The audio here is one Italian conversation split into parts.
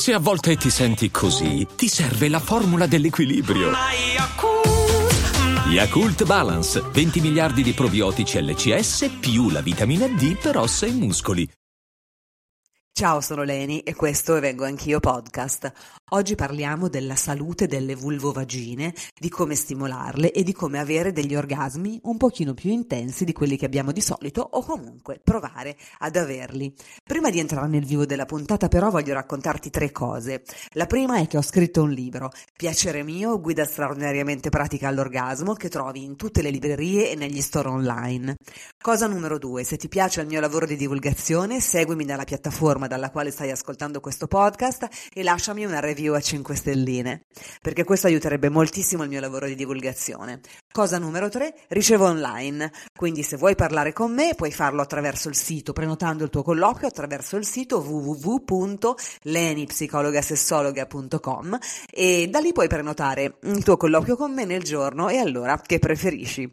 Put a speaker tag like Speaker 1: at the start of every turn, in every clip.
Speaker 1: Se a volte ti senti così, ti serve la formula dell'equilibrio. Yakult Balance, 20 miliardi di probiotici LCS più la vitamina D per ossa e muscoli.
Speaker 2: Ciao, sono Leni e questo è Vengo Anch'io Podcast. Oggi parliamo della salute delle vulvovagine, di come stimolarle e di come avere degli orgasmi un pochino più intensi di quelli che abbiamo di solito o comunque provare ad averli. Prima di entrare nel vivo della puntata però voglio raccontarti 3 cose. La prima è che ho scritto un libro, Piacere mio, guida straordinariamente pratica all'orgasmo, che trovi in tutte le librerie e negli store online. Cosa numero 2, se ti piace il mio lavoro di divulgazione, seguimi nella piattaforma dalla quale stai ascoltando questo podcast e lasciami una review a 5 stelline, perché questo aiuterebbe moltissimo il mio lavoro di divulgazione. Cosa numero 3, ricevo online, quindi se vuoi parlare con me puoi farlo attraverso il sito, prenotando il tuo colloquio attraverso il sito www.lenipsicologasessologa.com e da lì puoi prenotare il tuo colloquio con me nel giorno e all'ora che preferisci.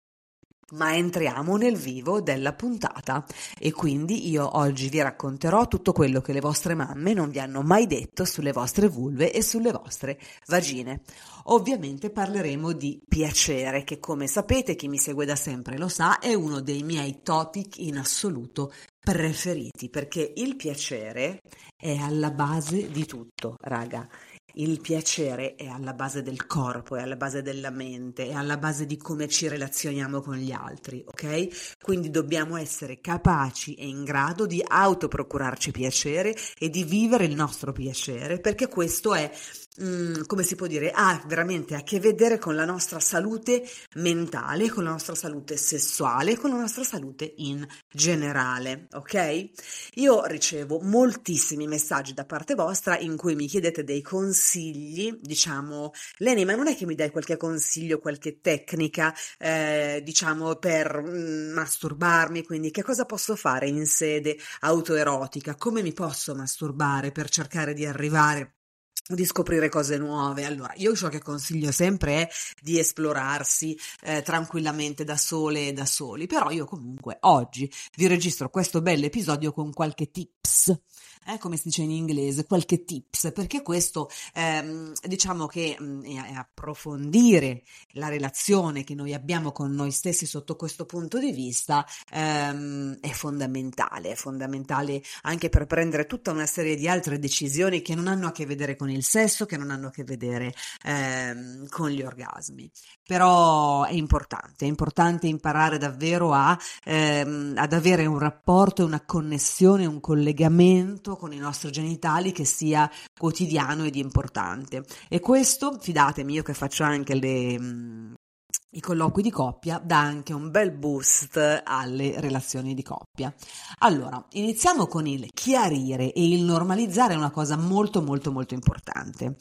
Speaker 2: Ma entriamo nel vivo della puntata e quindi io oggi vi racconterò tutto quello che le vostre mamme non vi hanno mai detto sulle vostre vulve e sulle vostre vagine. Ovviamente parleremo di piacere, che come sapete, chi mi segue da sempre lo sa, è uno dei miei topic in assoluto preferiti, perché il piacere è alla base di tutto, raga. Il piacere è alla base del corpo, è alla base della mente, è alla base di come ci relazioniamo con gli altri, ok? Quindi dobbiamo essere capaci e in grado di autoprocurarci piacere e di vivere il nostro piacere, perché questo è, come si può dire, ha veramente a che vedere con la nostra salute mentale, con la nostra salute sessuale, con la nostra salute in generale, ok? Io ricevo moltissimi messaggi da parte vostra in cui mi chiedete dei consigli, diciamo, Leni, ma non è che mi dai qualche consiglio, qualche tecnica, diciamo, per masturbarmi, quindi che cosa posso fare in sede autoerotica, come mi posso masturbare per cercare di arrivare di scoprire cose nuove. Allora, io ciò che consiglio sempre è di esplorarsi tranquillamente da sole e da soli, però io comunque oggi vi registro questo bell'episodio con qualche tips, come si dice in inglese, qualche tips, perché questo diciamo che è approfondire la relazione che noi abbiamo con noi stessi sotto questo punto di vista è fondamentale anche per prendere tutta una serie di altre decisioni che non hanno a che vedere con il sesso, che non hanno a che vedere con gli orgasmi. Però è importante imparare davvero ad avere un rapporto, una connessione, un collegamento con i nostri genitali che sia quotidiano ed importante. E questo, fidatemi, io che faccio anche i colloqui di coppia, dà anche un bel boost alle relazioni di coppia. Allora, iniziamo con il chiarire e il normalizzare una cosa molto importante.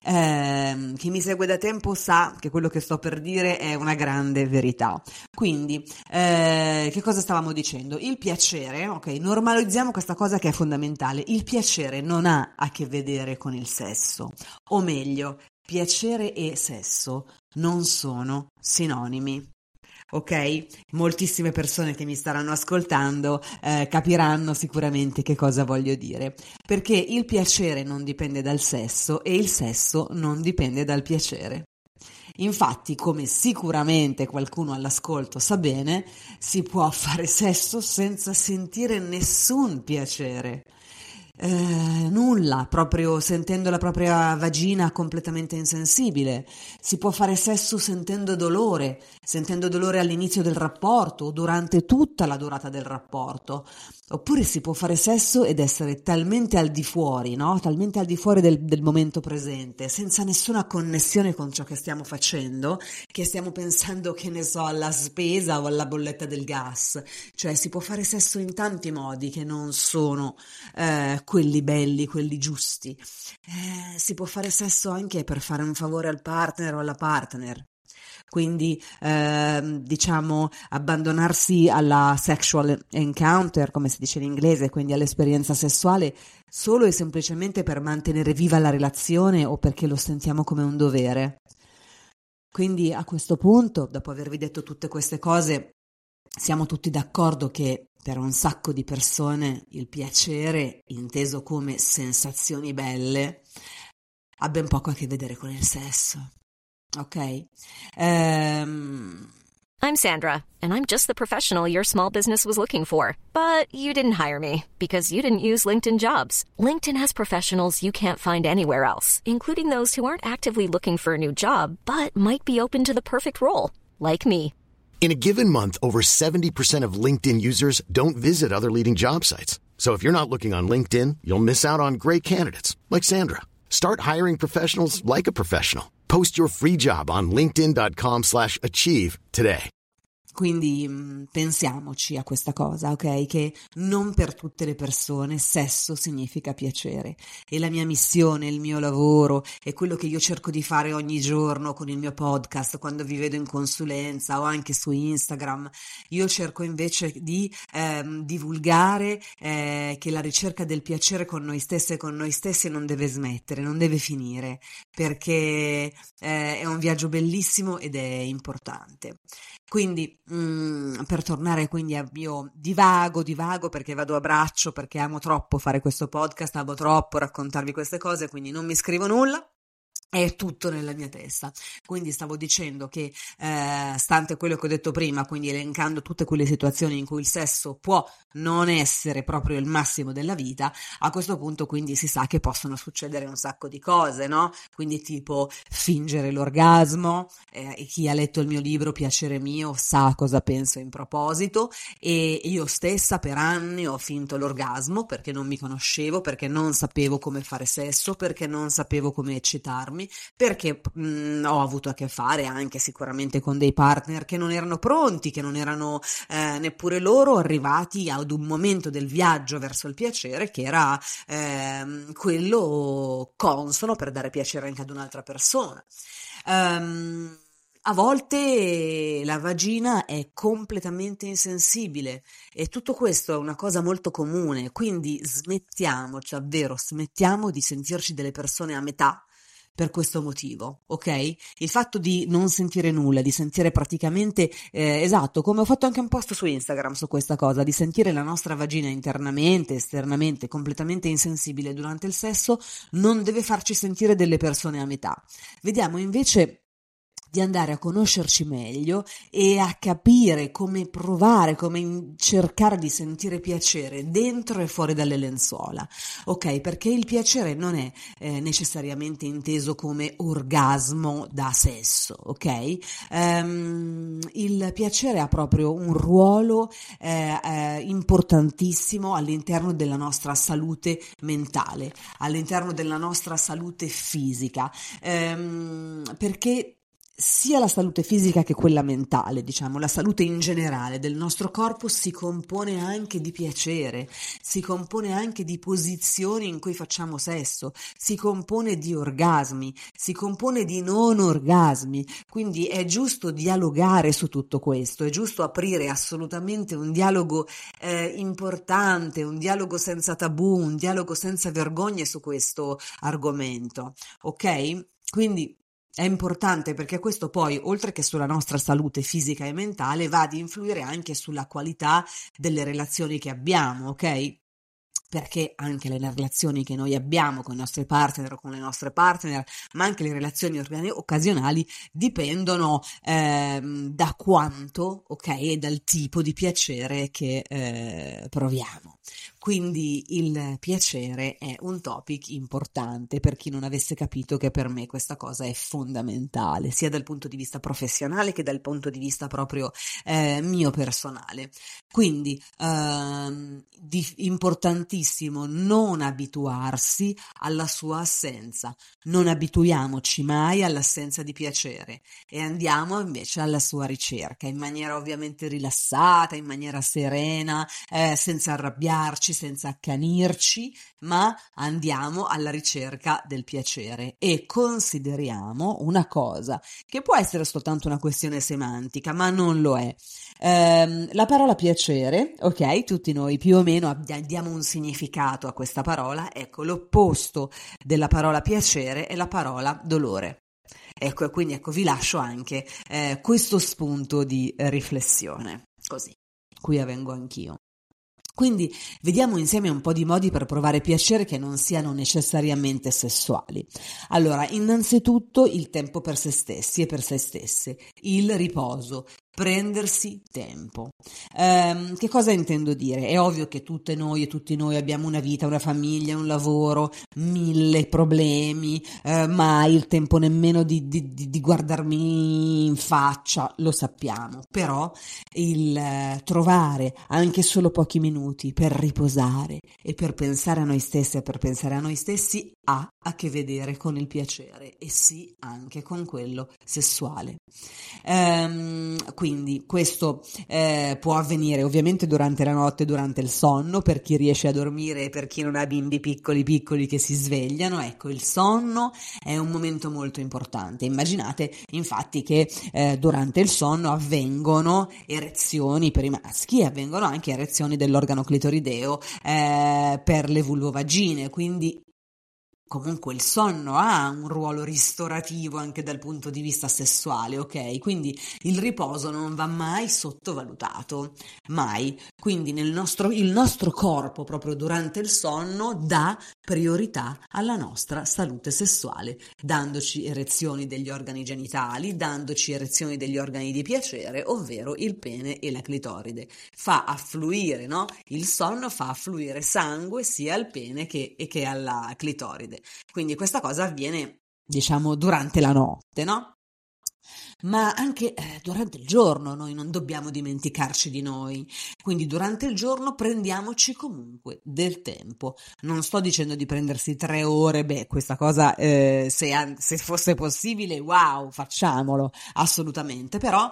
Speaker 2: Chi mi segue da tempo sa che quello che sto per dire è una grande verità. Quindi, che cosa stavamo dicendo? Il piacere, ok, normalizziamo questa cosa che è fondamentale. Il piacere non ha a che vedere con il sesso, o meglio, piacere e sesso non sono sinonimi. Ok? Moltissime persone che mi staranno ascoltando capiranno sicuramente che cosa voglio dire, perché il piacere non dipende dal sesso e il sesso non dipende dal piacere. Infatti, come sicuramente qualcuno all'ascolto sa bene, si può fare sesso senza sentire nessun piacere. Nulla, proprio sentendo la propria vagina completamente insensibile. Si può fare sesso sentendo dolore all'inizio del rapporto o durante tutta la durata del rapporto. Oppure si può fare sesso ed essere talmente al di fuori, no? Talmente al di fuori del momento presente, senza nessuna connessione con ciò che stiamo facendo, che stiamo pensando, che ne so, alla spesa o alla bolletta del gas. Cioè si può fare sesso in tanti modi che non sono quelli belli, quelli giusti. Si può fare sesso anche per fare un favore al partner o alla partner. Quindi diciamo abbandonarsi alla sexual encounter, come si dice in inglese, quindi all'esperienza sessuale solo e semplicemente per mantenere viva la relazione o perché lo sentiamo come un dovere. Quindi a questo punto, dopo avervi detto tutte queste cose, siamo tutti d'accordo che per un sacco di persone il piacere, inteso come sensazioni belle, ha ben poco a che vedere con il sesso, ok?
Speaker 3: I'm Sandra, and I'm just the professional your small business was looking for. But you didn't hire me because you didn't use LinkedIn Jobs. LinkedIn has professionals you can't find anywhere else, including those who aren't actively looking for a new job, but might be open to the perfect role, like me.
Speaker 4: In a given month, over 70% of LinkedIn users don't visit other leading job sites. So if you're not looking on LinkedIn, you'll miss out on great candidates like Sandra. Start hiring professionals like a professional. Post your free job on linkedin.com/achieve today.
Speaker 2: Quindi pensiamoci a questa cosa, ok? Che non per tutte le persone sesso significa piacere. E la mia missione, il mio lavoro e quello che io cerco di fare ogni giorno con il mio podcast, quando vi vedo in consulenza o anche su Instagram, io cerco invece di divulgare che la ricerca del piacere con noi stesse e con noi stessi non deve smettere, non deve finire, perché è un viaggio bellissimo ed è importante. Quindi per tornare quindi a io divago perché vado a braccio, perché amo troppo fare questo podcast, amo troppo raccontarvi queste cose, quindi non mi scrivo nulla. È tutto nella mia testa. Quindi stavo dicendo che stante quello che ho detto prima, quindi elencando tutte quelle situazioni in cui il sesso può non essere proprio il massimo della vita, a questo punto quindi si sa che possono succedere un sacco di cose, no? Quindi tipo fingere l'orgasmo, e chi ha letto il mio libro Piacere mio sa cosa penso in proposito, e io stessa per anni ho finto l'orgasmo perché non mi conoscevo, perché non sapevo come fare sesso, perché non sapevo come eccitarmi, perché ho avuto a che fare anche sicuramente con dei partner che non erano pronti, che non erano neppure loro arrivati ad un momento del viaggio verso il piacere che era quello consono per dare piacere anche ad un'altra persona. A volte la vagina è completamente insensibile e tutto questo è una cosa molto comune, quindi smettiamo di sentirci delle persone a metà per questo motivo, ok? Il fatto di non sentire nulla, di sentire praticamente, esatto, come ho fatto anche un post su Instagram su questa cosa, di sentire la nostra vagina internamente, esternamente, completamente insensibile durante il sesso, non deve farci sentire delle persone a metà. Vediamo invece di andare a conoscerci meglio e a capire come provare, come cercare di sentire piacere dentro e fuori dalle lenzuola, ok? Perché il piacere non è necessariamente inteso come orgasmo da sesso, ok? Il piacere ha proprio un ruolo importantissimo all'interno della nostra salute mentale, all'interno della nostra salute fisica, perché sia la salute fisica che quella mentale, diciamo, la salute in generale del nostro corpo si compone anche di piacere, si compone anche di posizioni in cui facciamo sesso, si compone di orgasmi, si compone di non orgasmi, quindi è giusto dialogare su tutto questo, è giusto aprire assolutamente un dialogo importante, un dialogo senza tabù, un dialogo senza vergogne su questo argomento, ok? Quindi è importante perché questo poi, oltre che sulla nostra salute fisica e mentale, va ad influire anche sulla qualità delle relazioni che abbiamo, ok? Perché anche le relazioni che noi abbiamo con i nostri partner o con le nostre partner, ma anche le relazioni occasionali dipendono da quanto, ok, e dal tipo di piacere che proviamo. Quindi il piacere è un topic importante per chi non avesse capito che per me questa cosa è fondamentale, sia dal punto di vista professionale che dal punto di vista proprio mio personale. Quindi importantissimo non abituarsi alla sua assenza, non abituiamoci mai all'assenza di piacere e andiamo invece alla sua ricerca in maniera ovviamente rilassata, in maniera serena, senza arrabbiarci, senza accanirci, ma andiamo alla ricerca del piacere e consideriamo una cosa che può essere soltanto una questione semantica, ma non lo è. La parola piacere, ok, tutti noi più o meno diamo un significato a questa parola, ecco, l'opposto della parola piacere è la parola dolore. Ecco, e quindi ecco, vi lascio anche questo spunto di riflessione, così, qui avvengo anch'io. Quindi vediamo insieme un po' di modi per provare piacere che non siano necessariamente sessuali. Allora, innanzitutto il tempo per se stessi e per se stesse, il riposo, prendersi tempo. Che cosa intendo dire? È ovvio che tutte noi e tutti noi abbiamo una vita, una famiglia, un lavoro, mille problemi, mai il tempo nemmeno di guardarmi in faccia, lo sappiamo, però il trovare anche solo pochi minuti per riposare e per pensare a noi stessi e per pensare a noi stessi ha a che vedere con il piacere e sì anche con quello sessuale. Quindi questo può avvenire ovviamente durante la notte, durante il sonno, per chi riesce a dormire e per chi non ha bimbi piccoli che si svegliano. Ecco, il sonno è un momento molto importante. Immaginate infatti che durante il sonno avvengono erezioni per i maschi e avvengono anche erezioni dell'organo clitorideo per le vulvovagine, quindi comunque il sonno ha un ruolo ristorativo anche dal punto di vista sessuale, ok? Quindi il riposo non va mai sottovalutato, mai. Quindi il nostro corpo proprio durante il sonno dà priorità alla nostra salute sessuale, dandoci erezioni degli organi genitali, dandoci erezioni degli organi di piacere, ovvero il pene e la clitoride. Fa affluire, no? Il sonno fa affluire sangue sia al pene che alla clitoride. Quindi questa cosa avviene, diciamo, durante la notte, no? Ma anche durante il giorno noi non dobbiamo dimenticarci di noi, quindi durante il giorno prendiamoci comunque del tempo. Non sto dicendo di prendersi 3 ore, questa cosa se fosse possibile, wow, facciamolo, assolutamente, però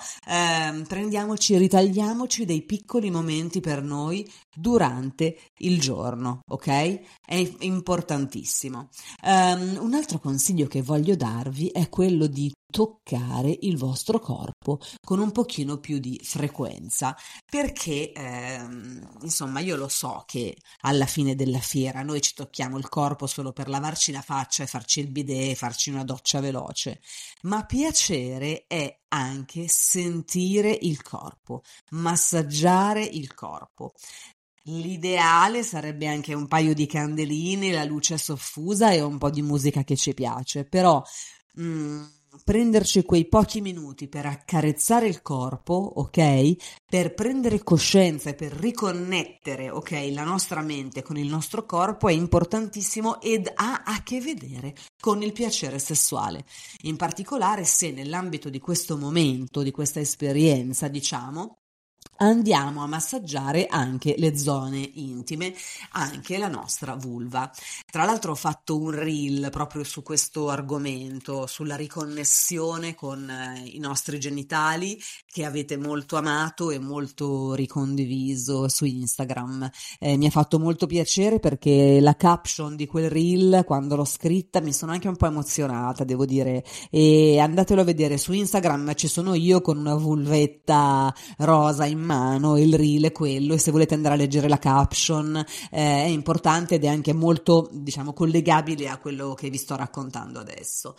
Speaker 2: ritagliamoci dei piccoli momenti per noi durante il giorno, ok? È importantissimo. Un altro consiglio che voglio darvi è quello di toccare il vostro corpo con un pochino più di frequenza, perché insomma io lo so che alla fine della fiera noi ci tocchiamo il corpo solo per lavarci la faccia e farci il bidet e farci una doccia veloce, ma piacere è anche sentire il corpo, massaggiare il corpo. L'ideale sarebbe anche un paio di candeline, la luce soffusa e un po' di musica che ci piace, però prenderci quei pochi minuti per accarezzare il corpo, ok? Per prendere coscienza e per riconnettere, ok, la nostra mente con il nostro corpo è importantissimo ed ha a che vedere con il piacere sessuale. In particolare se nell'ambito di questo momento, di questa esperienza, diciamo, andiamo a massaggiare anche le zone intime, anche la nostra vulva. Tra l'altro ho fatto un reel proprio su questo argomento, sulla riconnessione con i nostri genitali, che avete molto amato e molto ricondiviso su Instagram. Mi ha fatto molto piacere perché la caption di quel reel, quando l'ho scritta, mi sono anche un po' emozionata, devo dire, e andatelo a vedere su Instagram, ci sono io con una vulvetta rosa in mano, il reel è quello, e se volete andare a leggere la caption è importante ed è anche molto, diciamo, collegabile a quello che vi sto raccontando adesso,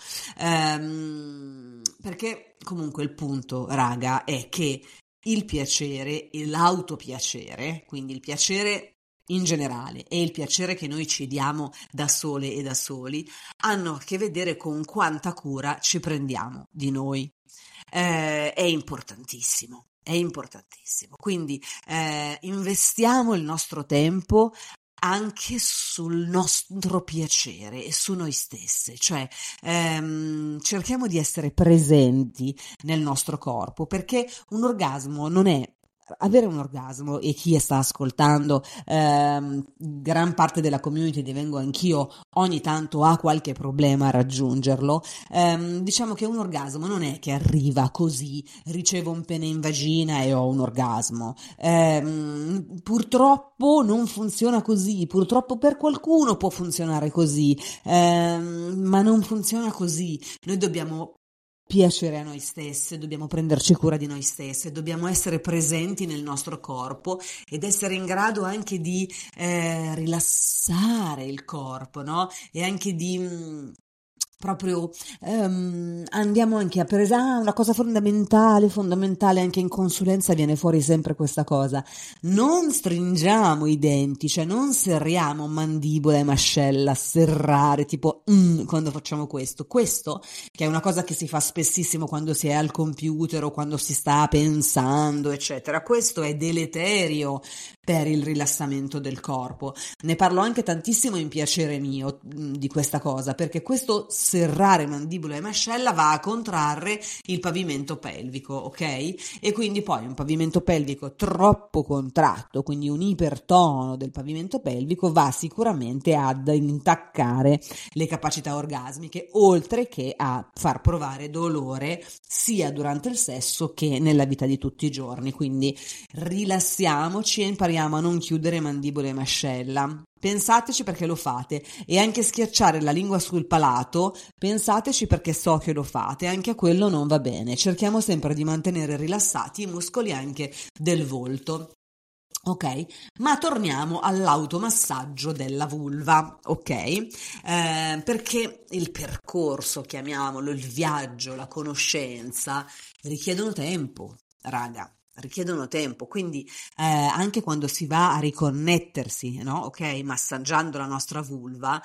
Speaker 2: perché comunque il punto, raga, è che il piacere e l'autopiacere, quindi il piacere in generale e il piacere che noi ci diamo da sole e da soli, hanno a che vedere con quanta cura ci prendiamo di noi. È importantissimo. È importantissimo, quindi investiamo il nostro tempo anche sul nostro piacere e su noi stesse, cioè cerchiamo di essere presenti nel nostro corpo, perché un orgasmo non è avere un orgasmo, e chi sta ascoltando, gran parte della community, divengo anch'io, ogni tanto ha qualche problema a raggiungerlo. Diciamo che un orgasmo non è che arriva così, ricevo un pene in vagina e ho un orgasmo. Purtroppo non funziona così, purtroppo per qualcuno può funzionare così, ma non funziona così. Noi dobbiamo piacere a noi stesse, dobbiamo prenderci cura di noi stesse, dobbiamo essere presenti nel nostro corpo ed essere in grado anche di rilassare il corpo, no? E anche di proprio andiamo anche a una cosa fondamentale anche in consulenza viene fuori sempre questa cosa: non stringiamo i denti, cioè non serriamo mandibola e mascella, serrare tipo quando facciamo questo che è una cosa che si fa spessissimo quando si è al computer o quando si sta pensando eccetera. Questo è deleterio per il rilassamento del corpo. Ne parlo anche tantissimo in Piacere Mio di questa cosa, perché questo serrare mandibola e mascella va a contrarre il pavimento pelvico, ok? E quindi poi un pavimento pelvico troppo contratto, quindi un ipertono del pavimento pelvico, va sicuramente ad intaccare le capacità orgasmiche, oltre che a far provare dolore sia durante il sesso che nella vita di tutti i giorni. Quindi rilassiamoci e impariamo a non chiudere mandibola e mascella. Pensateci perché lo fate, e anche schiacciare la lingua sul palato, pensateci perché so che lo fate, anche a quello non va bene. Cerchiamo sempre di mantenere rilassati i muscoli anche del volto. Ok, ma torniamo all'automassaggio della vulva, ok? Perché il percorso, chiamiamolo, il viaggio, la conoscenza, richiedono tempo, raga. Richiedono tempo, quindi anche quando si va a riconnettersi, no? Ok, massaggiando la nostra vulva,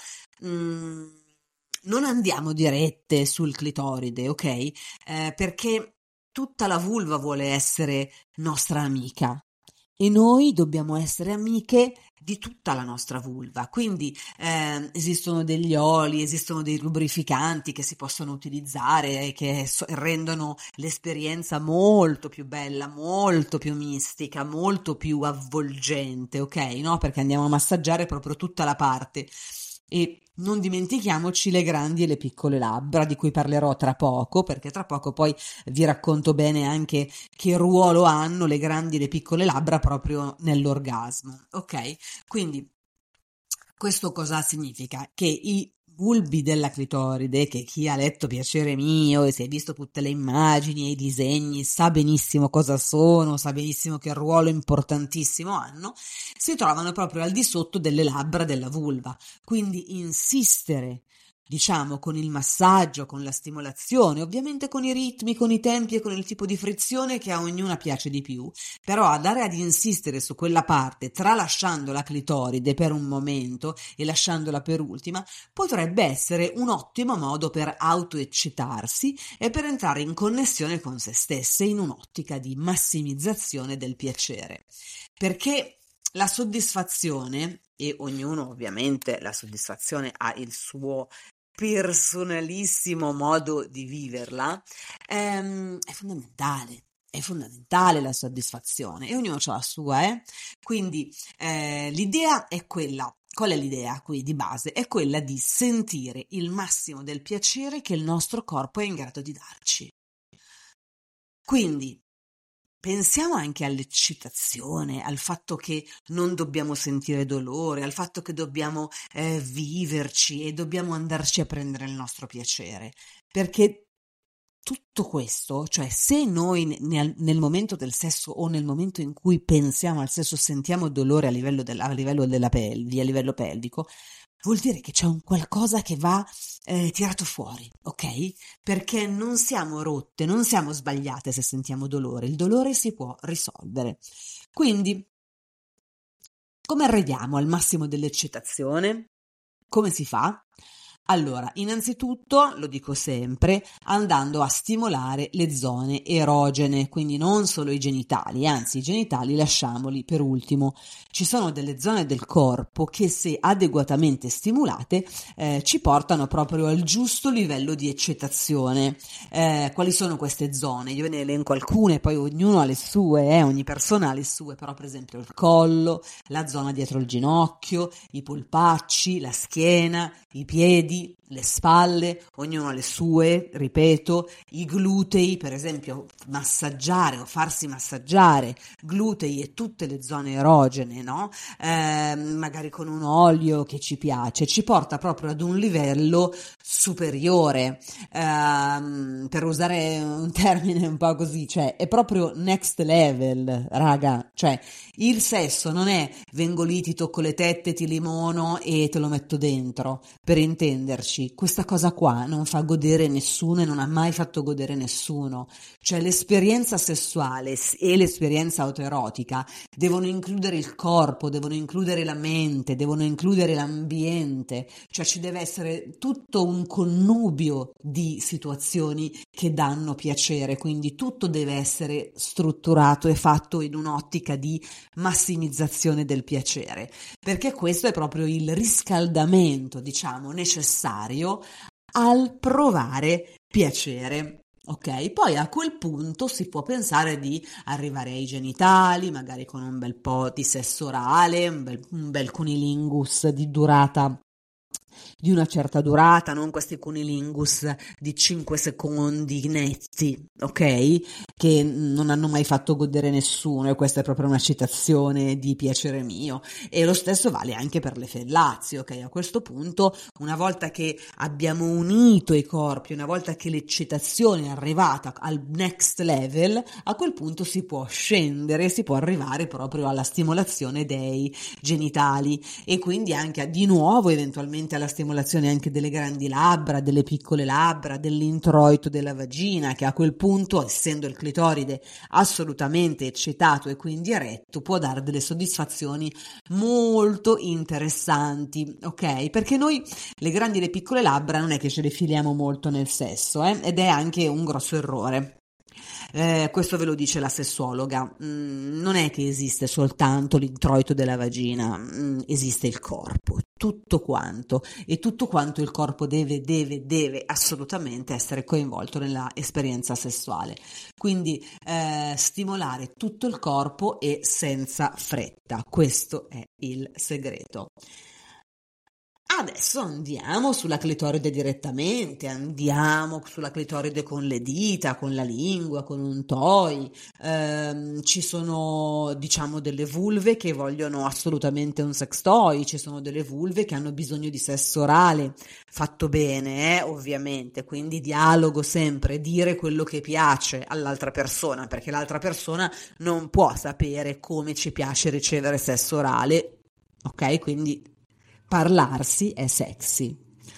Speaker 2: non andiamo dirette sul clitoride, ok? Perché tutta la vulva vuole essere nostra amica e noi dobbiamo essere amiche di tutta la nostra vulva. Quindi esistono degli oli, esistono dei lubrificanti che si possono utilizzare e che rendono l'esperienza molto più bella, molto più mistica, molto più avvolgente, ok? No? Perché andiamo a massaggiare proprio tutta la parte. E non dimentichiamoci le grandi e le piccole labbra, di cui parlerò tra poco, perché tra poco poi vi racconto bene anche che ruolo hanno le grandi e le piccole labbra proprio nell'orgasmo, ok? Quindi questo cosa significa? Che i bulbi della clitoride, che chi ha letto Piacere Mio e si è visto tutte le immagini e i disegni sa benissimo cosa sono, sa benissimo che ruolo importantissimo hanno, si trovano proprio al di sotto delle labbra della vulva. Quindi insistere, diciamo, con il massaggio, con la stimolazione, ovviamente con i ritmi, con i tempi e con il tipo di frizione che a ognuna piace di più, però andare ad insistere su quella parte, tralasciando la clitoride per un momento e lasciandola per ultima, potrebbe essere un ottimo modo per autoeccitarsi e per entrare in connessione con se stesse in un'ottica di massimizzazione del piacere. Perché la soddisfazione, e ognuno ovviamente la soddisfazione ha il suo personalissimo modo di viverla, è fondamentale. È fondamentale la soddisfazione e ognuno ha la sua, Quindi l'idea è quella. Qual è l'idea qui di base? È quella di sentire il massimo del piacere che il nostro corpo è in grado di darci. Quindi pensiamo anche all'eccitazione, al fatto che non dobbiamo sentire dolore, al fatto che dobbiamo viverci e dobbiamo andarci a prendere il nostro piacere, perché tutto questo, cioè se noi nel momento del sesso o nel momento in cui pensiamo al sesso sentiamo dolore a livello della pelvi, a livello pelvico, vuol dire che c'è un qualcosa che va tirato fuori, ok? Perché non siamo rotte, non siamo sbagliate se sentiamo dolore, il dolore si può risolvere. Quindi, come arriviamo al massimo dell'eccitazione? Come si fa? Allora, innanzitutto, lo dico sempre, andando a stimolare le zone erogene, quindi non solo i genitali, anzi i genitali lasciamoli per ultimo. Ci sono delle zone del corpo che se adeguatamente stimolate ci portano proprio al giusto livello di eccitazione. Quali sono queste zone? Io ve ne elenco alcune, poi ognuno ha le sue, ogni persona ha le sue, però per esempio il collo, la zona dietro il ginocchio, i polpacci, la schiena, i piedi, le spalle, ognuno ha le sue, ripeto, i glutei, per esempio massaggiare o farsi massaggiare glutei e tutte le zone erogene, no? Magari con un olio che ci piace, ci porta proprio ad un livello superiore, per usare un termine un po' così, cioè è proprio next level, raga, cioè il sesso non è vengo lì, ti tocco le tette, ti limono e te lo metto dentro, per intenderci. capisci, questa cosa qua non fa godere nessuno e non ha mai fatto godere nessuno. Cioè l'esperienza sessuale e l'esperienza autoerotica devono includere il corpo, devono includere la mente, devono includere l'ambiente, cioè ci deve essere tutto un connubio di situazioni che danno piacere, quindi tutto deve essere strutturato e fatto in un'ottica di massimizzazione del piacere, perché questo è proprio il riscaldamento, diciamo, necessario al provare piacere. Ok, poi a quel punto si può pensare di arrivare ai genitali, magari con un bel po' di sesso orale, un bel cunilingus di una certa durata, non questi cunilingus di 5 secondi netti, ok? Che non hanno mai fatto godere nessuno, e questa è proprio una citazione di piacere mio. E lo stesso vale anche per le fellazio, ok? A questo punto, una volta che abbiamo unito i corpi, una volta che l'eccitazione è arrivata al next level, a quel punto si può scendere, si può arrivare proprio alla stimolazione dei genitali e quindi anche di nuovo eventualmente alla stimolazione anche delle grandi labbra, delle piccole labbra, dell'introito della vagina, che a quel punto, essendo il clitoride assolutamente eccitato e quindi eretto, può dare delle soddisfazioni molto interessanti, ok? Perché noi le grandi e le piccole labbra non è che ce le filiamo molto nel sesso, ed è anche un grosso errore. Questo ve lo dice la sessuologa. Non è che esiste soltanto l'introito della vagina, esiste il corpo, tutto quanto, e tutto quanto il corpo deve assolutamente essere coinvolto nella esperienza sessuale. Quindi stimolare tutto il corpo e senza fretta, questo è il segreto. Adesso andiamo sulla clitoride direttamente, andiamo sulla clitoride con le dita, con la lingua, con un toy. Ci sono, diciamo, delle vulve che vogliono assolutamente un sex toy, ci sono delle vulve che hanno bisogno di sesso orale, fatto bene, ovviamente, quindi dialogo sempre, dire quello che piace all'altra persona, perché l'altra persona non può sapere come ci piace ricevere sesso orale, ok? Quindi parlarsi è sexy.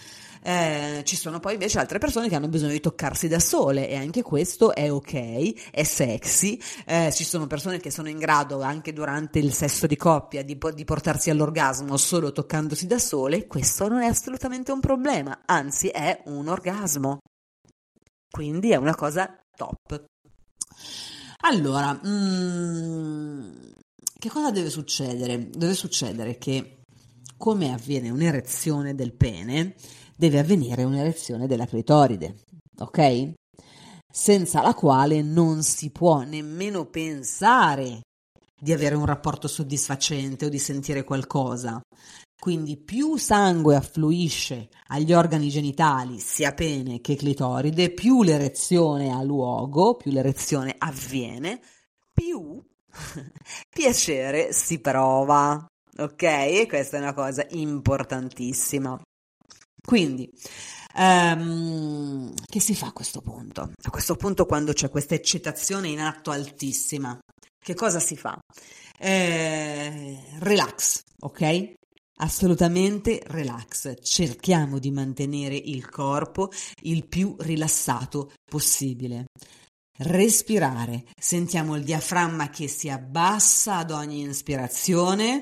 Speaker 2: Ci sono poi invece altre persone che hanno bisogno di toccarsi da sole, e anche questo è ok, è sexy. Ci sono persone che sono in grado anche durante il sesso di coppia di portarsi all'orgasmo solo toccandosi da sole. Questo non è assolutamente un problema, anzi è un orgasmo, quindi è una cosa top. Allora, che cosa deve succedere? Deve succedere che, come avviene un'erezione del pene, deve avvenire un'erezione della clitoride, ok? Senza la quale non si può nemmeno pensare di avere un rapporto soddisfacente o di sentire qualcosa. Quindi più sangue affluisce agli organi genitali, sia pene che clitoride, più l'erezione ha luogo, più l'erezione avviene, più piacere si prova. Ok? E questa è una cosa importantissima. Quindi, che si fa a questo punto? A questo punto, quando c'è questa eccitazione in atto altissima, che cosa si fa? Relax, ok? Assolutamente relax. Cerchiamo di mantenere il corpo il più rilassato possibile. Respirare. Sentiamo il diaframma che si abbassa ad ogni ispirazione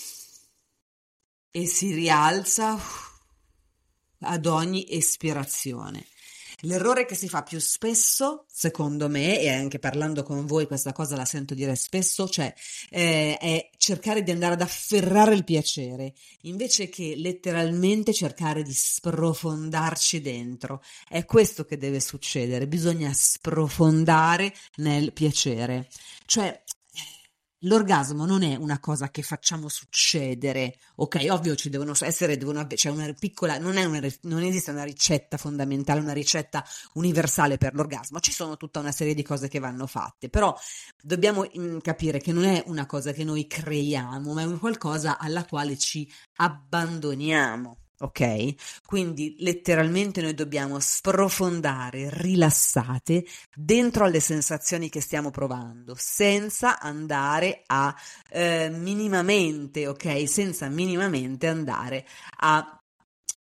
Speaker 2: e si rialza ad ogni espirazione. L'errore che si fa più spesso, secondo me, e anche parlando con voi questa cosa la sento dire spesso, cioè è cercare di andare ad afferrare il piacere, invece che letteralmente cercare di sprofondarci dentro. È questo che deve succedere, bisogna sprofondare nel piacere. Cioè, l'orgasmo non è una cosa che facciamo succedere, ok? Ovvio ci c'è una piccola, non esiste una ricetta fondamentale, una ricetta universale per l'orgasmo, ci sono tutta una serie di cose che vanno fatte, però dobbiamo capire che non è una cosa che noi creiamo, ma è una qualcosa alla quale ci abbandoniamo. Ok? Quindi letteralmente noi dobbiamo sprofondare rilassate dentro alle sensazioni che stiamo provando, senza andare a minimamente, ok? Senza minimamente andare a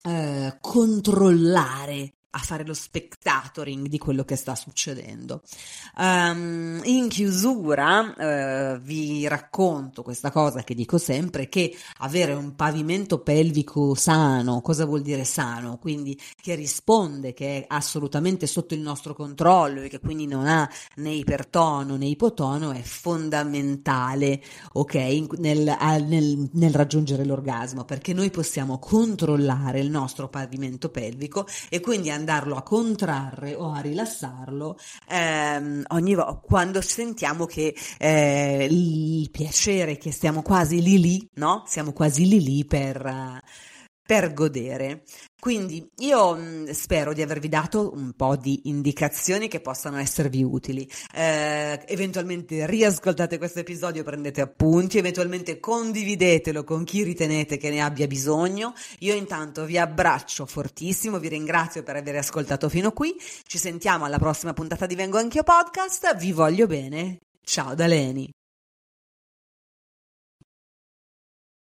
Speaker 2: controllare, a fare lo spectatoring di quello che sta succedendo. In chiusura vi racconto questa cosa che dico sempre, che avere un pavimento pelvico sano, cosa vuol dire sano? Quindi che risponde, che è assolutamente sotto il nostro controllo e che quindi non ha né ipertono né ipotono, è fondamentale, ok, nel raggiungere l'orgasmo, perché noi possiamo controllare il nostro pavimento pelvico e quindi andarlo a contrarre o a rilassarlo ogni volta quando sentiamo che il piacere, che stiamo quasi lì, no? Siamo quasi lì per godere. Quindi io spero di avervi dato un po' di indicazioni che possano esservi utili. Eventualmente riascoltate questo episodio, prendete appunti, eventualmente condividetelo con chi ritenete che ne abbia bisogno. Io intanto vi abbraccio fortissimo, vi ringrazio per aver ascoltato fino qui. Ci sentiamo alla prossima puntata di Vengo Anch'io Podcast. Vi voglio bene. Ciao da Leni.